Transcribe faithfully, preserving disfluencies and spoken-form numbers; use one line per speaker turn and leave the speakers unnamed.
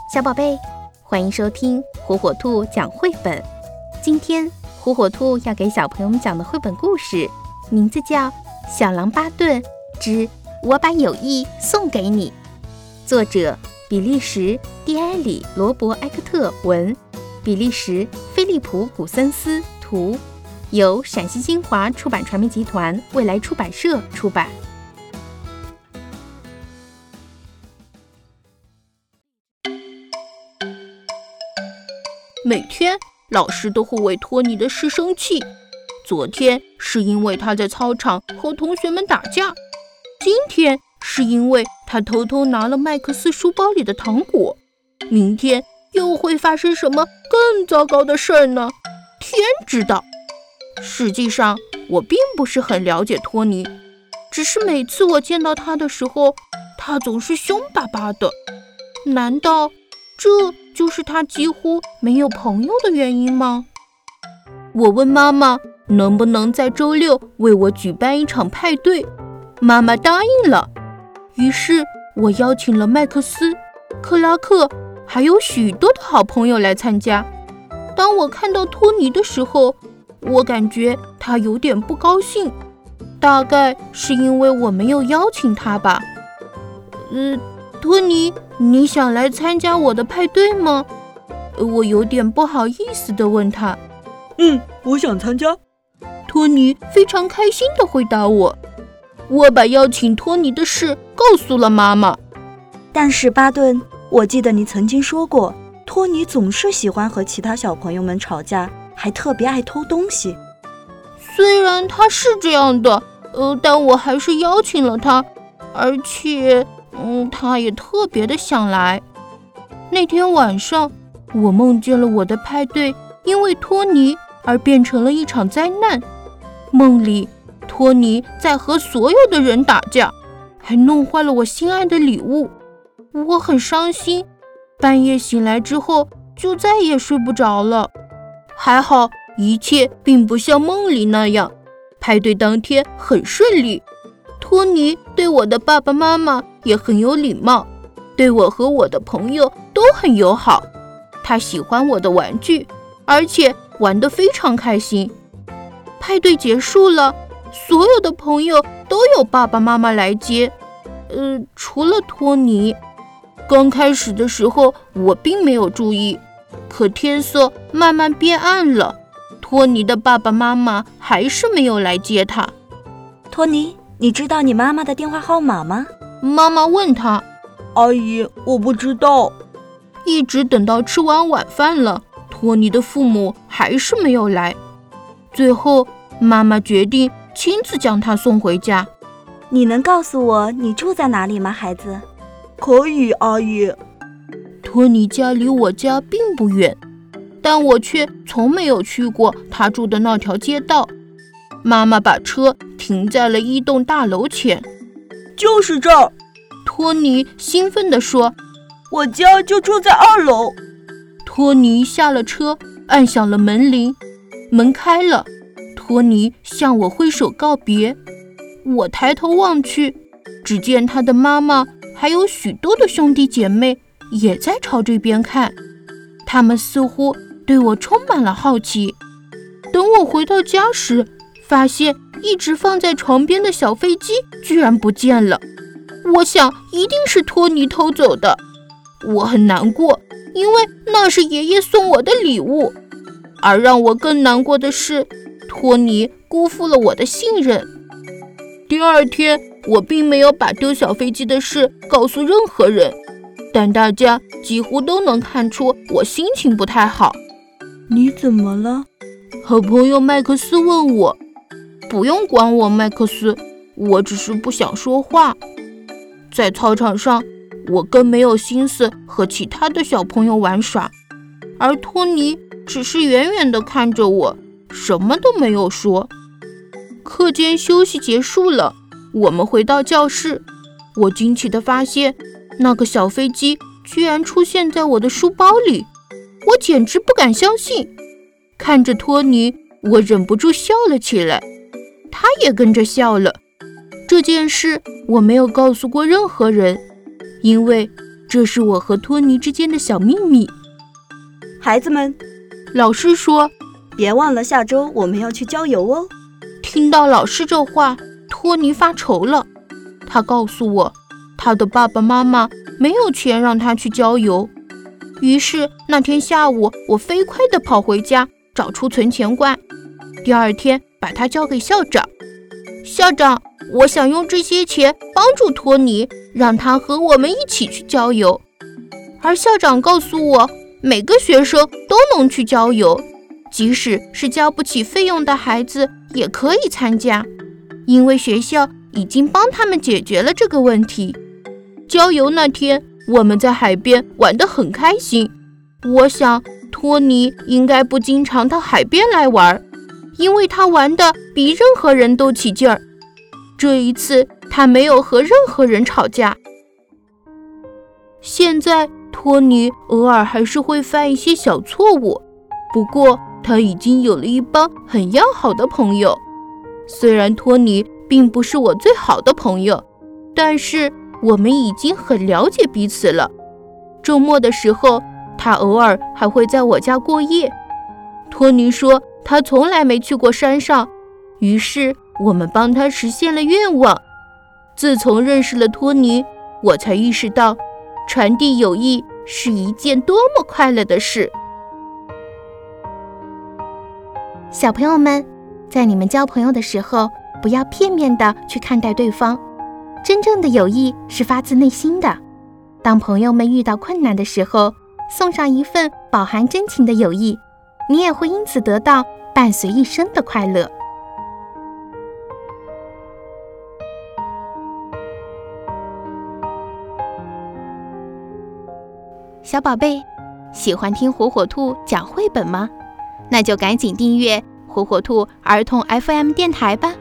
小宝贝，欢迎收听火火兔讲绘本。今天火火兔要给小朋友们讲的绘本故事名字叫《小狼巴顿之我把友谊送给你》，作者比利时蒂埃里·罗伯·埃克特文，比利时菲利普·古森斯图，由陕西新华出版传媒集团未来出版社出版。
每天老师都会为托尼的事生气，昨天是因为他在操场和同学们打架，今天是因为他偷偷拿了麦克斯书包里的糖果，明天又会发生什么更糟糕的事儿呢？天知道。实际上我并不是很了解托尼，只是每次我见到他的时候，他总是凶巴巴的。难道这就是他几乎没有朋友的原因吗？我问妈妈能不能在周六为我举办一场派对，妈妈答应了。于是我邀请了麦克斯、克拉克还有许多的好朋友来参加。当我看到托尼的时候，我感觉他有点不高兴，大概是因为我没有邀请他吧。呃，托尼，你想来参加我的派对吗？我有点不好意思地问他。
嗯，我想参加。
托尼非常开心地回答我。我把邀请托尼的事告诉了妈妈。
但是巴顿，我记得你曾经说过，托尼总是喜欢和其他小朋友们吵架，还特别爱偷东西。
虽然他是这样的，呃，但我还是邀请了他，而且嗯，他也特别的想来。那天晚上，我梦见了我的派对因为托尼而变成了一场灾难。梦里，托尼在和所有的人打架，还弄坏了我心爱的礼物。我很伤心，半夜醒来之后就再也睡不着了。还好，一切并不像梦里那样，派对当天很顺利。托尼对我的爸爸妈妈也很有礼貌，对我和我的朋友都很友好。他喜欢我的玩具，而且玩得非常开心。派对结束了，所有的朋友都有爸爸妈妈来接，呃，除了托尼。刚开始的时候我并没有注意，可天色慢慢变暗了，托尼的爸爸妈妈还是没有来接他。
托尼，你知道你妈妈的电话号码吗？
妈妈问他。
阿姨，我不知道。
一直等到吃完晚饭了，托尼的父母还是没有来。最后，妈妈决定亲自将他送回家。
你能告诉我你住在哪里吗，孩子？
可以，阿姨。
托尼家离我家并不远，但我却从没有去过他住的那条街道。妈妈把车停在了一栋大楼前。
就是这儿。
托尼兴奋地说，
我家就住在二楼。
托尼下了车，按响了门铃，门开了。托尼向我挥手告别。我抬头望去，只见他的妈妈还有许多的兄弟姐妹也在朝这边看，他们似乎对我充满了好奇。等我回到家时，发现一直放在床边的小飞机居然不见了。我想一定是托尼偷走的。我很难过，因为那是爷爷送我的礼物。而让我更难过的是，托尼辜负了我的信任。第二天，我并没有把丢小飞机的事告诉任何人，但大家几乎都能看出我心情不太好。
你怎么了？
好朋友麦克斯问我。不用管我，麦克斯，我只是不想说话。在操场上，我更没有心思和其他的小朋友玩耍，而托尼只是远远地看着我，什么都没有说。课间休息结束了，我们回到教室。我惊奇地发现，那个小飞机居然出现在我的书包里，我简直不敢相信。看着托尼，我忍不住笑了起来，他也跟着笑了。这件事我没有告诉过任何人，因为这是我和托尼之间的小秘密。
孩子们，
老师说，
别忘了下周我们要去郊游哦。
听到老师这话，托尼发愁了。他告诉我，他的爸爸妈妈没有钱让他去郊游。于是那天下午，我飞快地跑回家，找出存钱罐。第二天把它交给校长。校长，我想用这些钱帮助托尼，让他和我们一起去郊游。而校长告诉我，每个学生都能去郊游，即使是交不起费用的孩子也可以参加，因为学校已经帮他们解决了这个问题。郊游那天，我们在海边玩得很开心。我想托尼应该不经常到海边来玩，因为他玩得比任何人都起劲儿。这一次他没有和任何人吵架。现在托尼偶尔还是会犯一些小错误，不过他已经有了一帮很要好的朋友。虽然托尼并不是我最好的朋友，但是我们已经很了解彼此了。周末的时候，他偶尔还会在我家过夜。托尼说他从来没去过山上，于是我们帮他实现了愿望。自从认识了托尼，我才意识到传递友谊是一件多么快乐的事。
小朋友们，在你们交朋友的时候，不要片面地去看待对方。真正的友谊是发自内心的。当朋友们遇到困难的时候，送上一份饱含真情的友谊，你也会因此得到伴随一生的快乐。小宝贝，喜欢听火火兔讲绘本吗？那就赶紧订阅火火兔儿童 F M 电台吧。